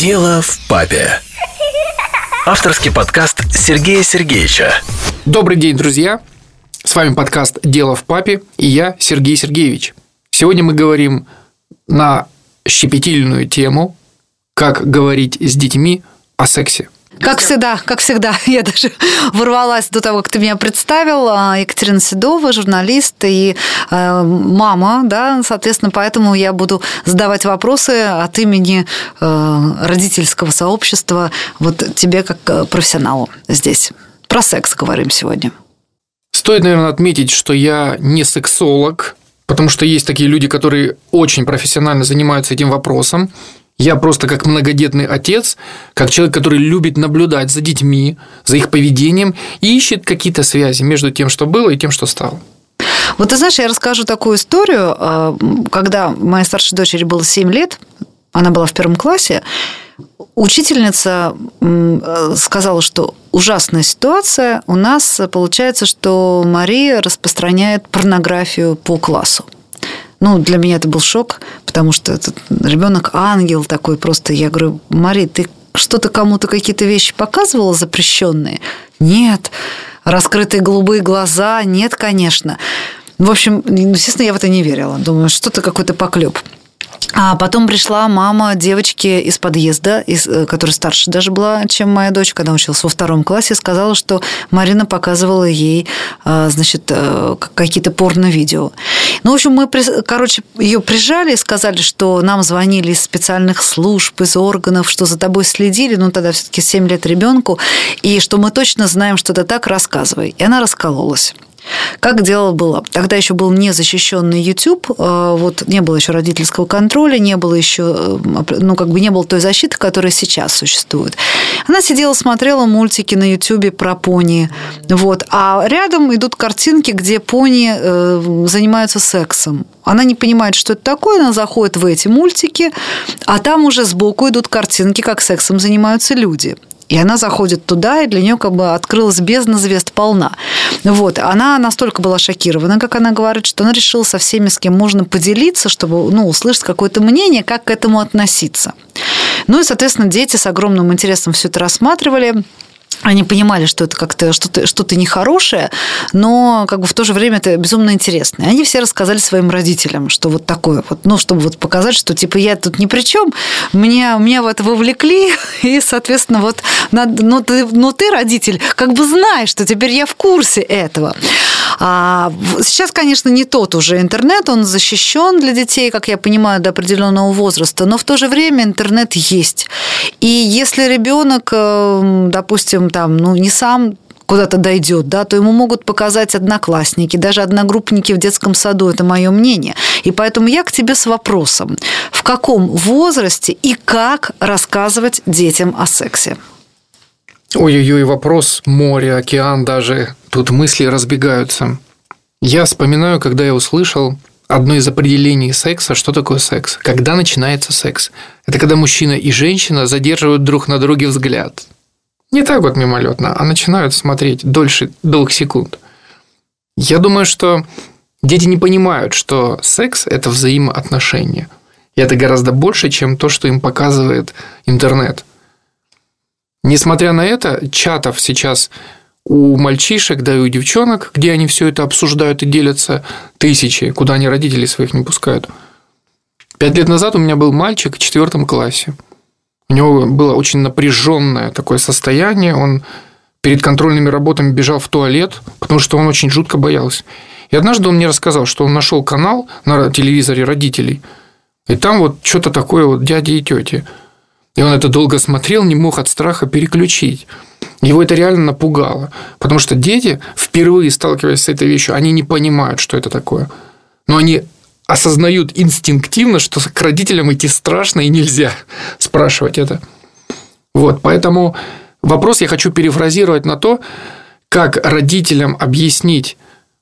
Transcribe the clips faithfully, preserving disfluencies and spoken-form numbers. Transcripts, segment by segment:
Дело в папе. Авторский подкаст Сергея Сергеевича. Добрый день, друзья! С вами подкаст «Дело в папе» и я, Сергей Сергеевич. Сегодня мы говорим на щепетильную тему «Как говорить с детьми о сексе». Как всегда, как всегда, я даже ворвалась до того, как ты меня представил. Екатерина Седова, журналист и э, мама, да, соответственно, поэтому я буду задавать вопросы от имени э, родительского сообщества вот тебе как профессионалу здесь. Про секс говорим сегодня. Стоит, наверное, отметить, что я не сексолог, потому что есть такие люди, которые очень профессионально занимаются этим вопросом. Я просто как многодетный отец, как человек, который любит наблюдать за детьми, за их поведением и ищет какие-то связи между тем, что было, и тем, что стало. Вот ты знаешь, я расскажу такую историю. Когда моей старшей дочери было семь лет, она была в первом классе, учительница сказала, что ужасная ситуация. У нас получается, что Мария распространяет порнографию по классу. Ну, для меня это был шок, потому что этот ребенок ангел такой просто. Я говорю: Мария, ты что-то кому-то какие-то вещи показывала запрещенные? Нет. Раскрытые голубые глаза? Нет, конечно. В общем, естественно, я в это не верила. Думаю, что-то какой-то поклеп. А потом пришла мама девочки из подъезда, из, которая старше даже была, чем моя дочь, когда училась во втором классе, сказала, что Марина показывала ей, значит, какие-то порно-видео. Ну, в общем, мы, короче, ее прижали и сказали, что нам звонили из специальных служб, из органов, что за тобой следили, ну, тогда все-таки семь лет ребенку, и что мы точно знаем, что это так, рассказывай. И она раскололась. Как дело было? Тогда еще был незащищенный YouTube, вот не было еще родительского контроля, не было еще, ну, как бы не было той защиты, которая сейчас существует. Она сидела, смотрела мультики на YouTube про пони, вот, а рядом идут картинки, где пони занимаются сексом. Она не понимает, что это такое, она заходит в эти мультики, а там уже сбоку идут картинки, как сексом занимаются люди. И она заходит туда, и для нее как бы открылась бездна звезд полна. Вот. Она настолько была шокирована, как она говорит, что она решила со всеми, с кем можно поделиться, чтобы, ну, услышать какое-то мнение, как к этому относиться. Ну и, соответственно, дети с огромным интересом все это рассматривали. Они понимали, что это как-то что-то, что-то нехорошее, но как бы в то же время это безумно интересно. И они все рассказали своим родителям, что вот такое вот, ну, чтобы вот показать, что типа я тут ни при чем, меня, меня в это вовлекли, и, соответственно, вот, ну ты, ну, ты, родитель, как бы знаешь, что теперь я в курсе этого. А сейчас, конечно, не тот уже интернет, он защищен для детей, как я понимаю, до определенного возраста, но в то же время интернет есть. И если ребенок, допустим, там, ну, не сам куда-то дойдет, да, то ему могут показать одноклассники, даже одногруппники в детском саду, это мое мнение. И поэтому я к тебе с вопросом: в каком возрасте и как рассказывать детям о сексе? Ой-ой-ой, вопрос, море, океан даже, тут мысли разбегаются. Я вспоминаю, когда я услышал одно из определений секса, что такое секс. Когда начинается секс? Это когда мужчина и женщина задерживают друг на друге взгляд. Не так вот мимолетно, а начинают смотреть дольше долгих секунд. Я думаю, что дети не понимают, что секс – это взаимоотношения. И это гораздо больше, чем то, что им показывает интернет. Несмотря на это, чатов сейчас у мальчишек, да и у девчонок, где они все это обсуждают и делятся, тысячи, куда они родителей своих не пускают. Пять лет назад у меня был мальчик в четвертом классе. У него было очень напряженное такое состояние. Он перед контрольными работами бежал в туалет, потому что он очень жутко боялся. И однажды он мне рассказал, что он нашел канал на телевизоре родителей, и там вот что-то такое вот дяди и тети. И он это долго смотрел, не мог от страха переключить. Его это реально напугало. Потому что дети, впервые сталкиваясь с этой вещью, они не понимают, что это такое. Но они осознают инстинктивно, что к родителям идти страшно и нельзя спрашивать это. Вот, поэтому вопрос я хочу перефразировать на то, как родителям объяснить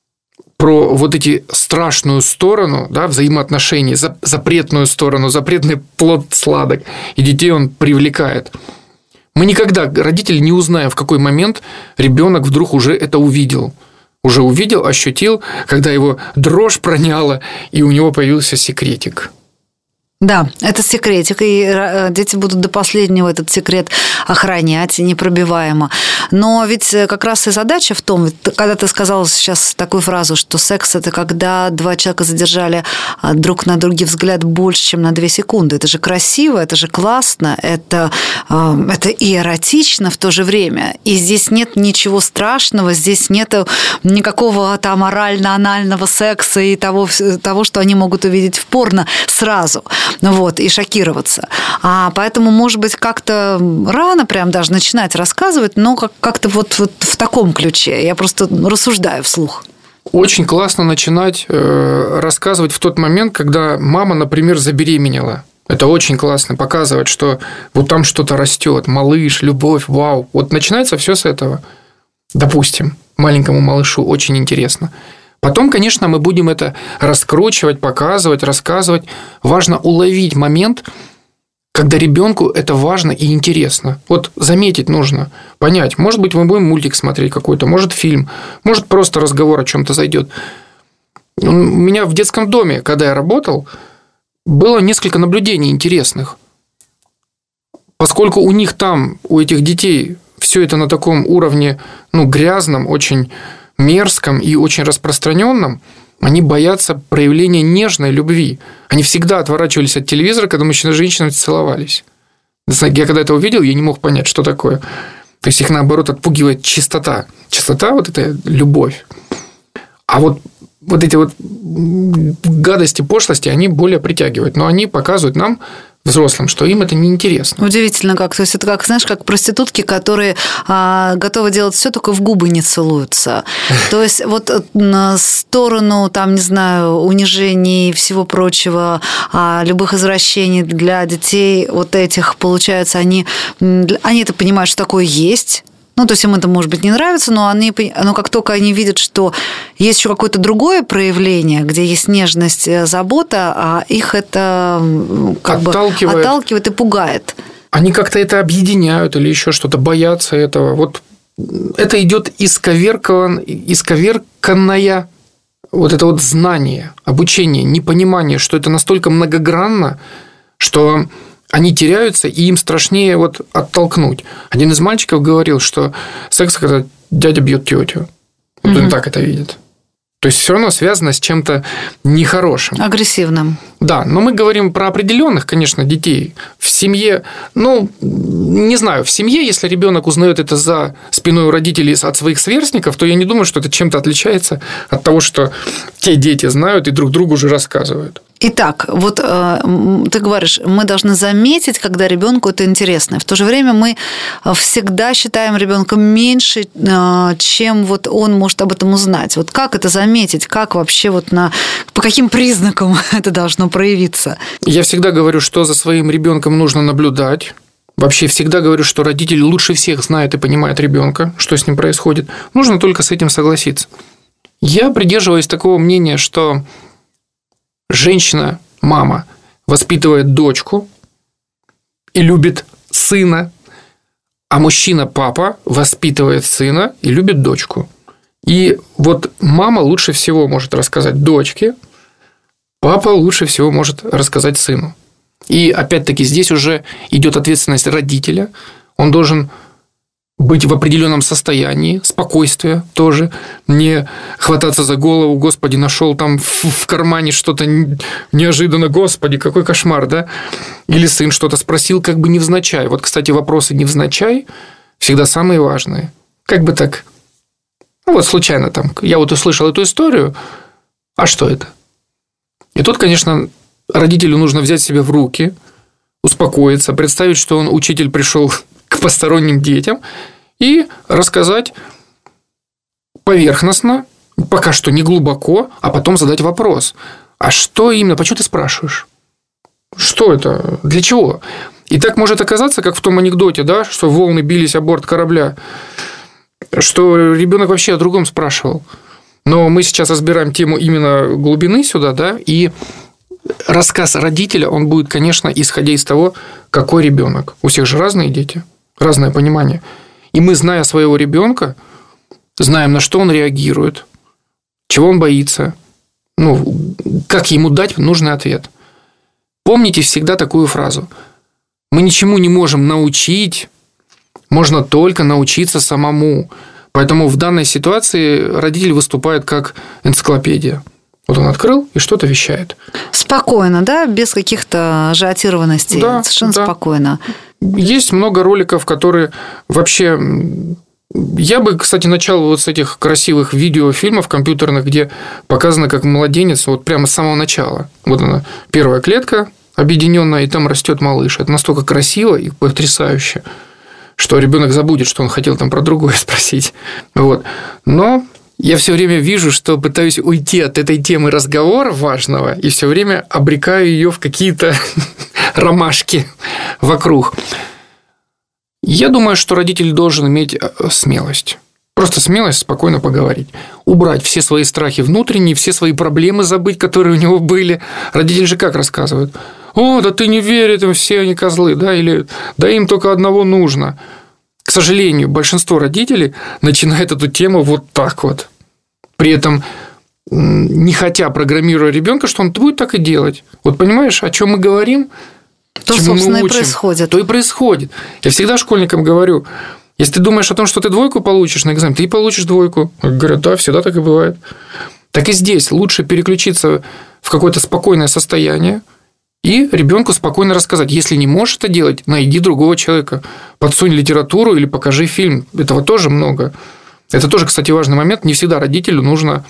про вот эти страшную сторону, да, взаимоотношений, запретную сторону, запретный плод сладок, и детей он привлекает. Мы никогда, родители, не узнаем, в какой момент ребенок вдруг уже это увидел. Уже увидел, ощутил, когда его дрожь проняла, и у него появился секретик. Да, это секретик, и дети будут до последнего этот секрет охранять непробиваемо. Но ведь как раз и задача в том, когда ты сказала сейчас такую фразу, что секс – это когда два человека задержали друг на друге взгляд больше, чем на две секунды. Это же красиво, это же классно, это, это и эротично в то же время. И здесь нет ничего страшного, здесь нет никакого там орально-анального секса и того, того, что они могут увидеть в порно сразу. Вот, и шокироваться. А поэтому, может быть, как-то рано прям даже начинать рассказывать, но как- как-то вот, вот в таком ключе. Я просто рассуждаю вслух. Очень классно начинать э, рассказывать в тот момент, когда мама, например, забеременела. Это очень классно, показывать, что вот там что-то растет, малыш, любовь, вау. Вот начинается все с этого. Допустим, маленькому малышу очень интересно. Потом, конечно, мы будем это раскручивать, показывать, рассказывать. Важно уловить момент, когда ребенку это важно и интересно. Вот заметить нужно, понять. Может быть, мы будем мультик смотреть какой-то, может, фильм, может, просто разговор о чем-то зайдет. У меня в детском доме, когда я работал, было несколько наблюдений интересных. Поскольку у них там, у этих детей, все это на таком уровне, ну, грязном, очень мерзком и очень распространенном, они боятся проявления нежной любви. Они всегда отворачивались от телевизора, когда мужчина и женщина целовались. Я когда это увидел, я не мог понять, что такое. То есть их, наоборот, отпугивает чистота. Чистота – вот это любовь. А вот, вот эти вот гадости, пошлости, они более притягивают. Но они показывают нам, взрослым, что им это неинтересно. Удивительно как. То есть это как, знаешь, как проститутки, которые а, готовы делать все, только в губы не целуются. То есть вот на сторону, там, не знаю, унижений и всего прочего, а, любых извращений для детей вот этих, получается, они, они это понимают, что такое есть. Ну, то есть им это, может быть, не нравится, но, они, но как только они видят, что есть еще какое-то другое проявление, где есть нежность, забота, а их это как отталкивает. бы отталкивает и пугает. Они как-то это объединяют или еще что-то, боятся этого. Вот это идет исковеркан, исковерканное вот это вот знание, обучение, непонимание, что это настолько многогранно, что они теряются, и им страшнее вот оттолкнуть. Один из мальчиков говорил, что секс, когда дядя бьет тетю. Вот угу. Он так это видит. То есть все равно связано с чем-то нехорошим. Агрессивным. Да, но мы говорим про определенных, конечно, детей. В семье, ну, не знаю, в семье, если ребенок узнает это за спиной у родителей от своих сверстников, то я не думаю, что это чем-то отличается от того, что те дети знают и друг другу уже рассказывают. Итак, вот э, ты говоришь, мы должны заметить, когда ребенку это интересно. В то же время мы всегда считаем ребенка меньше, э, чем вот он может об этом узнать. Вот как это заметить? Как вообще вот на по каким признакам это должно проявиться? Я всегда говорю, что за своим ребенком нужно наблюдать. Вообще всегда говорю, что родители лучше всех знают и понимают ребенка, что с ним происходит. Нужно только с этим согласиться. Я придерживаюсь такого мнения, что женщина, мама, воспитывает дочку и любит сына, а мужчина, папа, воспитывает сына и любит дочку. И вот мама лучше всего может рассказать дочке, папа лучше всего может рассказать сыну. И опять-таки здесь уже идет ответственность родителя. Он должен быть в определенном состоянии, спокойствия тоже, не хвататься за голову, господи, нашел там в кармане что-то неожиданно, господи, какой кошмар, да? Или сын что-то спросил, как бы невзначай. Вот, кстати, вопросы невзначай всегда самые важные. Как бы так, ну вот случайно там, я вот услышал эту историю, а что это? И тут, конечно, родителю нужно взять себя в руки, успокоиться, представить, что он, учитель, пришел к посторонним детям и рассказать поверхностно, пока что не глубоко, а потом задать вопрос. А что именно? Почему ты спрашиваешь? Что это? Для чего? И так может оказаться, как в том анекдоте, да, что волны бились о борт корабля, что ребенок вообще о другом спрашивал. Но мы сейчас разбираем тему именно глубины сюда, да, и рассказ родителя, он будет, конечно, исходя из того, какой ребенок. У всех же разные дети. Разное понимание. И мы, зная своего ребенка, знаем, на что он реагирует, чего он боится, ну, как ему дать нужный ответ. Помните всегда такую фразу. Мы ничему не можем научить, можно только научиться самому. Поэтому в данной ситуации родитель выступает как энциклопедия. Вот он открыл и что-то вещает. Спокойно, да? Без каких-то ажиотированностей. Да, совершенно да. спокойно. Есть много роликов, которые вообще... Я бы, кстати, начал вот с этих красивых видеофильмов компьютерных, где показано, как младенец вот прямо с самого начала. Вот она, первая клетка объединенная, и там растет малыш. Это настолько красиво и потрясающе, что ребенок забудет, что он хотел там про другое спросить. Вот. Но я все время вижу, что пытаюсь уйти от этой темы разговора важного и все время обрекаю ее в какие-то ромашки вокруг. Я думаю, что родитель должен иметь смелость. Просто смелость спокойно поговорить. Убрать все свои страхи внутренние, все свои проблемы забыть, которые у него были. Родитель же как рассказывает? О, да ты не веришь, им все они козлы, да, или да им только одного нужно. К сожалению, большинство родителей начинает эту тему вот так вот. При этом не хотя программируя ребенка, что он будет так и делать. Вот понимаешь, о чем мы говорим, то, чему собственно, мы учим, и происходит. То и происходит. Я всегда школьникам говорю, если ты думаешь о том, что ты двойку получишь на экзамене, ты и получишь двойку. Говорят, да, всегда так и бывает. Так и здесь лучше переключиться в какое-то спокойное состояние и ребенку спокойно рассказать. Если не можешь это делать, найди другого человека. Подсунь литературу или покажи фильм. Этого тоже много. Это тоже, кстати, важный момент. Не всегда родителю нужно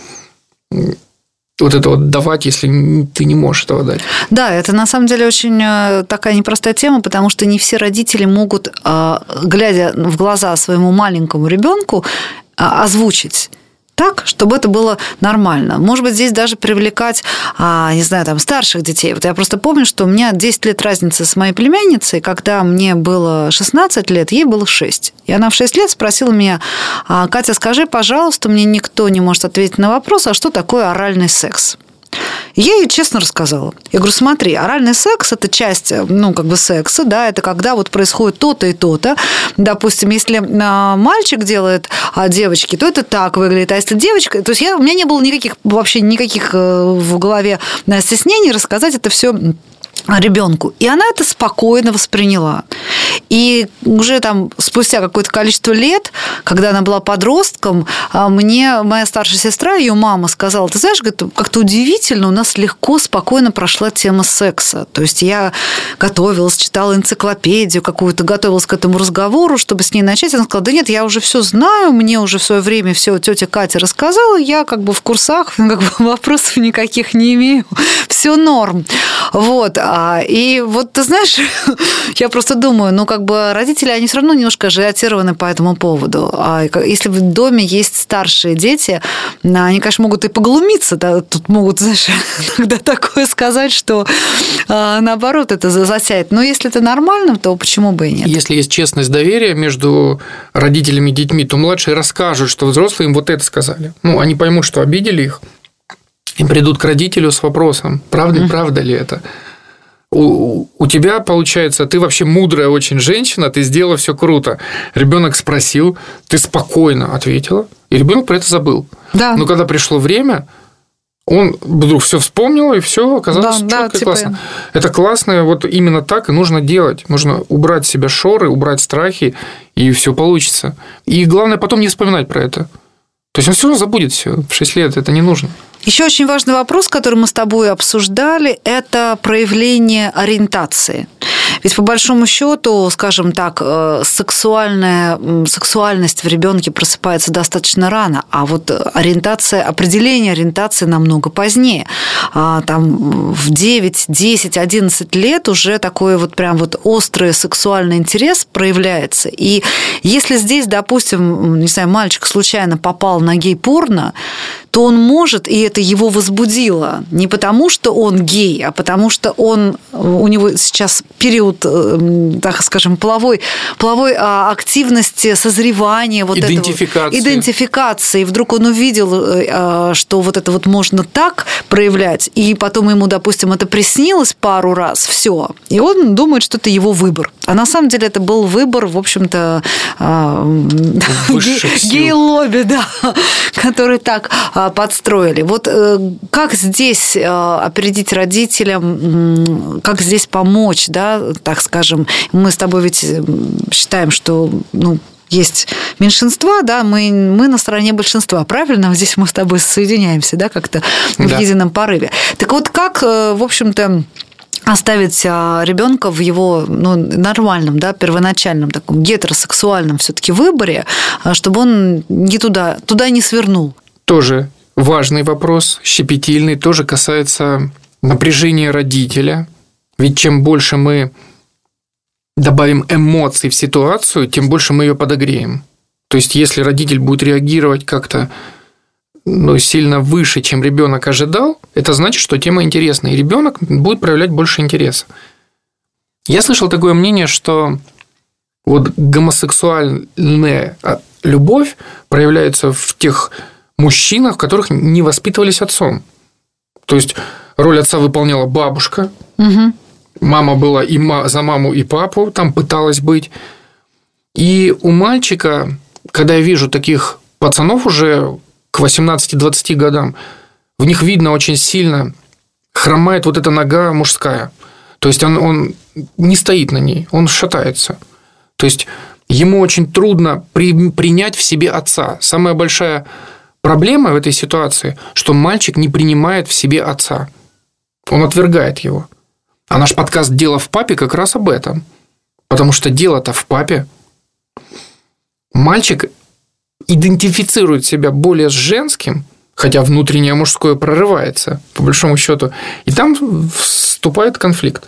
вот это вот давать, если ты не можешь этого дать. Да, это на самом деле очень такая непростая тема, потому что не все родители могут, глядя в глаза своему маленькому ребенку, озвучить так, чтобы это было нормально. Может быть, здесь даже привлекать, не знаю, там, старших детей. Вот я просто помню, что у меня десять лет разницы с моей племянницей, когда мне было шестнадцать лет, ей было шесть. И она в шесть лет спросила меня: Катя, скажи, пожалуйста, мне никто не может ответить на вопрос, а что такое оральный секс? Я ей честно рассказала. Я говорю, смотри, оральный секс – это часть, ну, как бы секса, да, это когда вот происходит то-то и то-то. Допустим, если мальчик делает девочке, то это так выглядит, а если девочка… То есть я, у меня не было никаких, вообще никаких в голове стеснений рассказать это все ребенку. И она это спокойно восприняла. И уже там спустя какое-то количество лет, когда она была подростком, мне моя старшая сестра, ее мама, сказала: ты знаешь, как-то удивительно, у нас легко, спокойно прошла тема секса. То есть я готовилась, читала энциклопедию какую-то, готовилась к этому разговору, чтобы с ней начать. Она сказала: да нет, я уже все знаю, мне уже в свое время все тетя Катя рассказала, я как бы в курсах, как бы вопросов никаких не имею, все норм. Вот. И вот, ты знаешь, я просто думаю, ну, как бы родители, они все равно немножко ажиотированы по этому поводу. А если в доме есть старшие дети, они, конечно, могут и поглумиться, да, тут могут, знаешь, иногда такое сказать, что наоборот это засядет. Но если это нормально, то почему бы и нет? Если есть честность, доверие между родителями и детьми, то младшие расскажут, что взрослые им вот это сказали. Ну, они поймут, что обидели их, и придут к родителю с вопросом, правда, правда ли это? У, у тебя, получается, ты вообще мудрая очень женщина, ты сделала все круто. Ребенок спросил, ты спокойно ответила, и ребенок про это забыл. Да. Но когда пришло время, он вдруг все вспомнил, и все оказалось да, четко да, и классно. Типа... Это классно, вот именно так и нужно делать. Нужно убрать с себя шоры, убрать страхи, и все получится. И главное потом не вспоминать про это. То есть он все равно забудет все в шесть лет, это не нужно. Еще очень важный вопрос, который мы с тобой обсуждали, это проявление ориентации. Ведь по большому счету, скажем так, сексуальная, сексуальность в ребенке просыпается достаточно рано, а вот ориентация, определение ориентации намного позднее. Там в девять, десять, одиннадцать лет уже такой вот прям вот острый сексуальный интерес проявляется. И если здесь, допустим, не знаю, мальчик случайно попал на гей-порно, то он может, и это его возбудило, не потому что он гей, а потому что он, у него сейчас период, так скажем, половой, половой активности, созревания, вот идентификации. Этого, идентификации. И вдруг он увидел, что вот это вот можно так проявлять, и потом ему, допустим, это приснилось пару раз, все, и он думает, что это его выбор. А на самом деле это был выбор, в общем-то, гей-лобби, да, который так подстроили. Вот как здесь опередить родителям, как здесь помочь, да, так скажем. Мы с тобой ведь считаем, что, ну, есть меньшинства, да, мы, мы на стороне большинства, правильно? Здесь мы с тобой соединяемся, да, как-то в да. едином порыве. Так вот, как, в общем-то, оставить ребенка в его, ну, нормальном, да, первоначальном таком гетеросексуальном все-таки выборе, чтобы он не туда, туда не свернул? Тоже важный вопрос, щепетильный, тоже касается напряжения родителя. Ведь чем больше мы добавим эмоций в ситуацию, тем больше мы ее подогреем. То есть, если родитель будет реагировать как-то, ну, сильно выше, чем ребенок ожидал, это значит, что тема интересна, и ребенок будет проявлять больше интереса. Я слышал такое мнение, что вот гомосексуальная любовь проявляется в тех мужчинах, которых не воспитывались отцом. То есть, роль отца выполняла бабушка, угу. Мама была и за маму, и папу, там пыталась быть. И у мальчика, когда я вижу таких пацанов уже к восемнадцати-двадцати годам, в них видно очень сильно хромает вот эта нога мужская. То есть, он, он не стоит на ней, он шатается. То есть, ему очень трудно при, принять в себе отца. Самая большая проблема в этой ситуации, что мальчик не принимает в себе отца. Он отвергает его. А наш подкаст «Дело в папе» как раз об этом. Потому что дело-то в папе. Мальчик идентифицирует себя более с женским, хотя внутреннее мужское прорывается, по большому счету, и там вступает конфликт.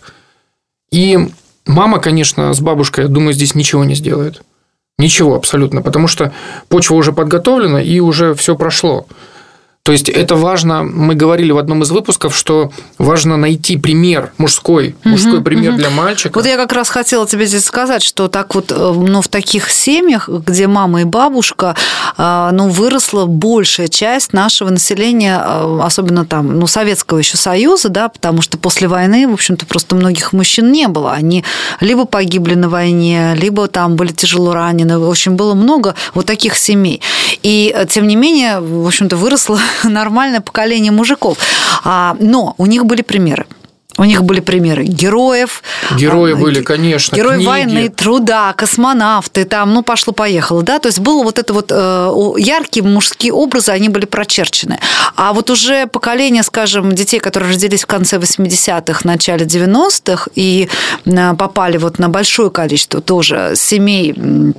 И мама, конечно, с бабушкой, я думаю, здесь ничего не сделает. Ничего абсолютно, потому что почва уже подготовлена, и уже все прошло. То есть, это важно, мы говорили в одном из выпусков, что важно найти пример мужской, мужской угу, пример угу. для мальчика. Вот я как раз хотела тебе здесь сказать, что так вот, ну, в таких семьях, где мама и бабушка, ну, выросла большая часть нашего населения, особенно там, ну, Советского еще Союза, да, потому что после войны, в общем-то, просто многих мужчин не было. Они либо погибли на войне, либо там были тяжело ранены. В общем, было много вот таких семей. И, тем не менее, в общем-то, выросло нормальное поколение мужиков. Но у них были примеры. У них были примеры героев. Герои были, конечно. Герои книги. войны, труда, космонавты, там, ну, пошло-поехало, да, то есть было вот это вот э, яркие мужские образы, они были прочерчены. А вот уже поколение, скажем, детей, которые родились в конце восьмидесятых, начале девяностых и попали вот на большое количество тоже семей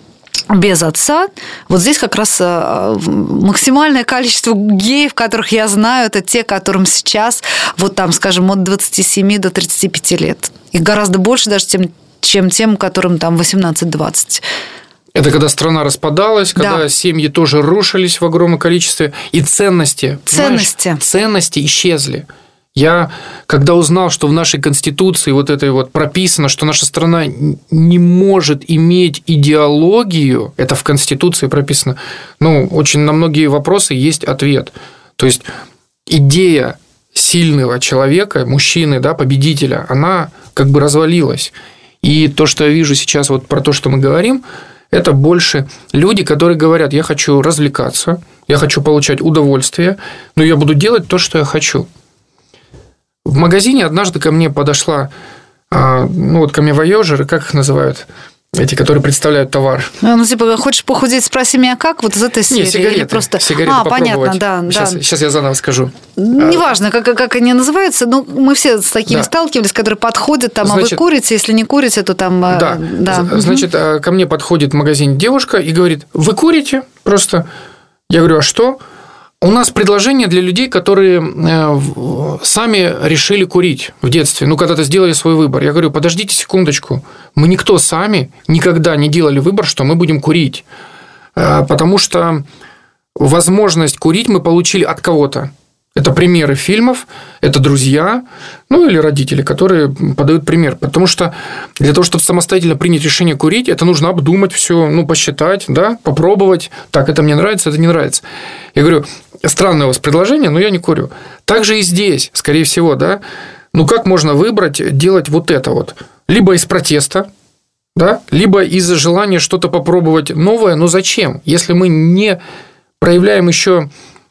без отца. Вот здесь как раз максимальное количество геев, которых я знаю, это те, которым сейчас, вот там, скажем, от двадцати семи до тридцати пяти лет. Их гораздо больше даже, тем, чем тем, которым там восемнадцать-двадцать. Это когда страна распадалась, когда да. семьи тоже рушились в огромном количестве, и ценности, ценности, ценности исчезли. Я, когда узнал, что в нашей Конституции вот этой вот прописано, что наша страна не может иметь идеологию, это в Конституции прописано, ну, очень на многие вопросы есть ответ. То есть, идея сильного человека, мужчины, да, победителя, она как бы развалилась. И то, что я вижу сейчас вот про то, что мы говорим, это больше люди, которые говорят: я хочу развлекаться, я хочу получать удовольствие, но я буду делать то, что я хочу. В магазине однажды ко мне подошла, ну, вот камевояжеры, как их называют? Эти, которые представляют товар. Ну, типа, хочешь похудеть, спроси меня как? Вот из этой серии? Нет, сигареты. Или просто... Сигареты а, понятно, да. Сейчас, да. сейчас я заново скажу. Неважно, как, как они называются, но мы все с такими да. сталкивались, которые подходят, там, значит, а вы курите, если не курите, то там... Да, да. Значит, ко мне подходит в магазин девушка и говорит: вы курите? Просто я говорю: а что? У нас предложение для людей, которые сами решили курить в детстве, ну, когда-то сделали свой выбор. Я говорю: подождите секундочку, мы никто сами никогда не делали выбор, что мы будем курить, потому что возможность курить мы получили от кого-то. Это примеры фильмов, это друзья, ну, или родители, которые подают пример. Потому что для того, чтобы самостоятельно принять решение курить, это нужно обдумать все, ну, посчитать, да, попробовать. Так, это мне нравится, это не нравится. Я говорю: странное у вас предложение, но я не курю. Так же и здесь, скорее всего, да. Ну, как можно выбрать делать вот это вот? Либо из протеста, да? Либо из-за желания что-то попробовать новое, но зачем? Если мы не проявляем еще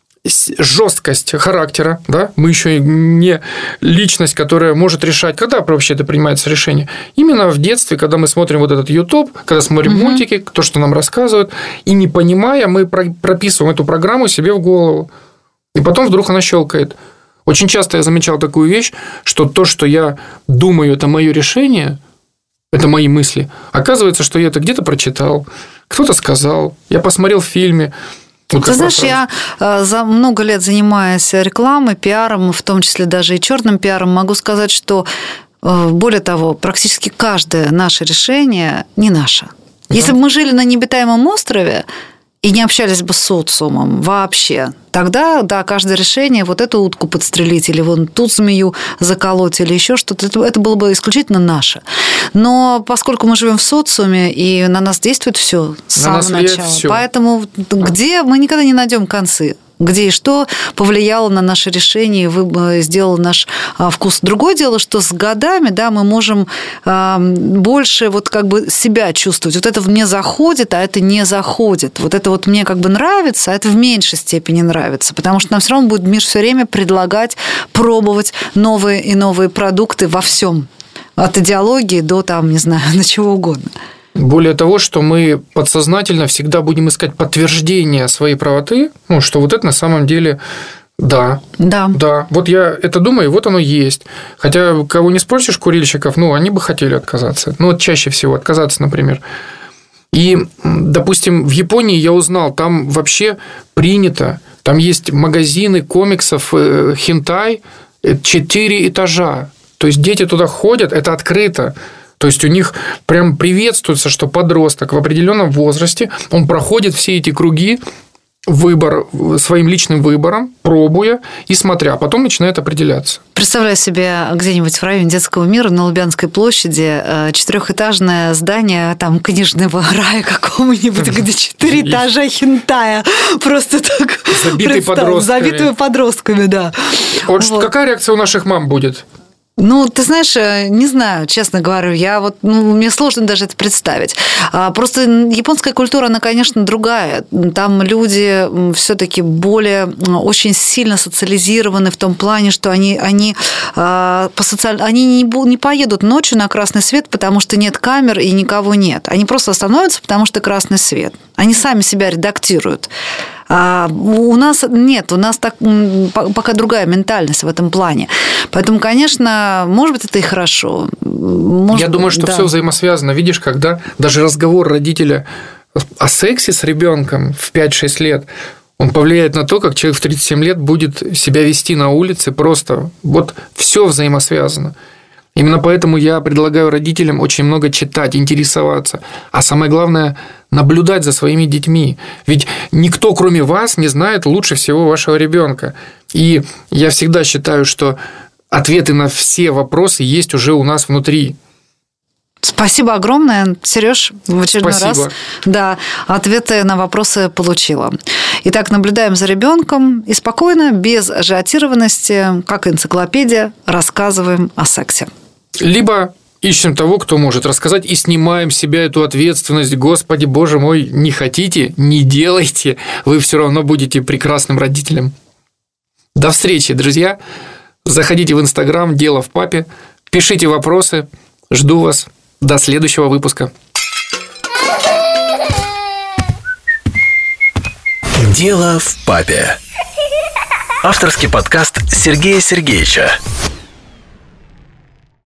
жесткость характера, да, мы еще не личность, которая может решать, когда вообще это принимается решение. Именно в детстве, когда мы смотрим вот этот YouTube, когда смотрим угу. мультики, то, что нам рассказывают, и не понимая, мы прописываем эту программу себе в голову. И потом вдруг она щелкает. Очень часто я замечал такую вещь, что то, что я думаю, это мое решение, это мои мысли. Оказывается, что я это где-то прочитал, кто-то сказал, я посмотрел в фильме. Вот Ты знаешь, я за много лет занимаясь рекламой, пиаром, в том числе даже и черным пиаром, могу сказать, что, более того, практически каждое наше решение не наше. Да. Если бы мы жили на необитаемом острове и не общались бы с социумом вообще, тогда, да, каждое решение, вот эту утку подстрелить или вон тут змею заколоть или еще что-то, это, это было бы исключительно наше. Но поскольку мы живем в социуме, и на нас действует все с самого начала, всё. Поэтому где мы никогда не найдем концы. Где и что повлияло на наше решение, сделало наш вкус. Другое дело, что с годами, да, мы можем больше вот как бы себя чувствовать. Вот это мне заходит, а это не заходит. Вот это вот мне как бы нравится, а это в меньшей степени нравится. Потому что нам все равно будет мир все время предлагать, пробовать новые и новые продукты во всем. От идеологии до, там, не знаю, до чего угодно. Более того, что мы подсознательно всегда будем искать подтверждение своей правоты, ну, что вот это на самом деле да. Да. Да. Вот я это думаю, вот оно есть. Хотя, кого не спросишь, курильщиков, ну, они бы хотели отказаться. Ну, вот чаще всего отказаться, например. И, допустим, в Японии я узнал, там вообще принято, там есть магазины комиксов хентай, четыре этажа. То есть дети туда ходят, это открыто. То есть у них прям приветствуется, что подросток в определенном возрасте, он проходит все эти круги, выбор своим личным выбором, пробуя и смотря, а потом начинает определяться. Представляю себе где-нибудь в районе Детского мира на Лубянской площади четырехэтажное здание там книжного рая какого-нибудь, где четыре этажа хентая. Просто так. Забитые подростками. Забитые подростками, да. Вот, вот какая реакция у наших мам будет? Ну, ты знаешь, не знаю, честно говорю, я вот, ну, мне сложно даже это представить. Просто японская культура, она, конечно, другая. Там люди все-таки более очень сильно социализированы в том плане, что они, они, по социаль... они не, не поедут ночью на красный свет, потому что нет камер и никого нет. Они просто остановятся, потому что красный свет. Они сами себя редактируют. А у нас нет, у нас так, пока другая ментальность в этом плане. Поэтому, конечно, может быть, это и хорошо. Может, Я думаю, что да. все взаимосвязано. Видишь, когда даже разговор родителя о сексе с ребенком в пять-шесть лет, он повлияет на то, как человек в тридцать семь лет будет себя вести на улице. Просто вот все взаимосвязано. Именно поэтому я предлагаю родителям очень много читать, интересоваться, а самое главное – наблюдать за своими детьми. Ведь никто, кроме вас, не знает лучше всего вашего ребенка. И я всегда считаю, что ответы на все вопросы есть уже у нас внутри. Спасибо огромное, Сереж, в очередной Спасибо. раз. Да, ответы на вопросы получила. Итак, наблюдаем за ребенком и спокойно, без ажиотированности, как энциклопедия, рассказываем о сексе. Либо ищем того, кто может рассказать, и снимаем с себя эту ответственность. Господи, боже мой, не хотите, не делайте, вы все равно будете прекрасным родителем. До встречи, друзья. Заходите в Инстаграм «Дело в папе», пишите вопросы, жду вас. До следующего выпуска. «Дело в папе». Авторский подкаст Сергея Сергеевича.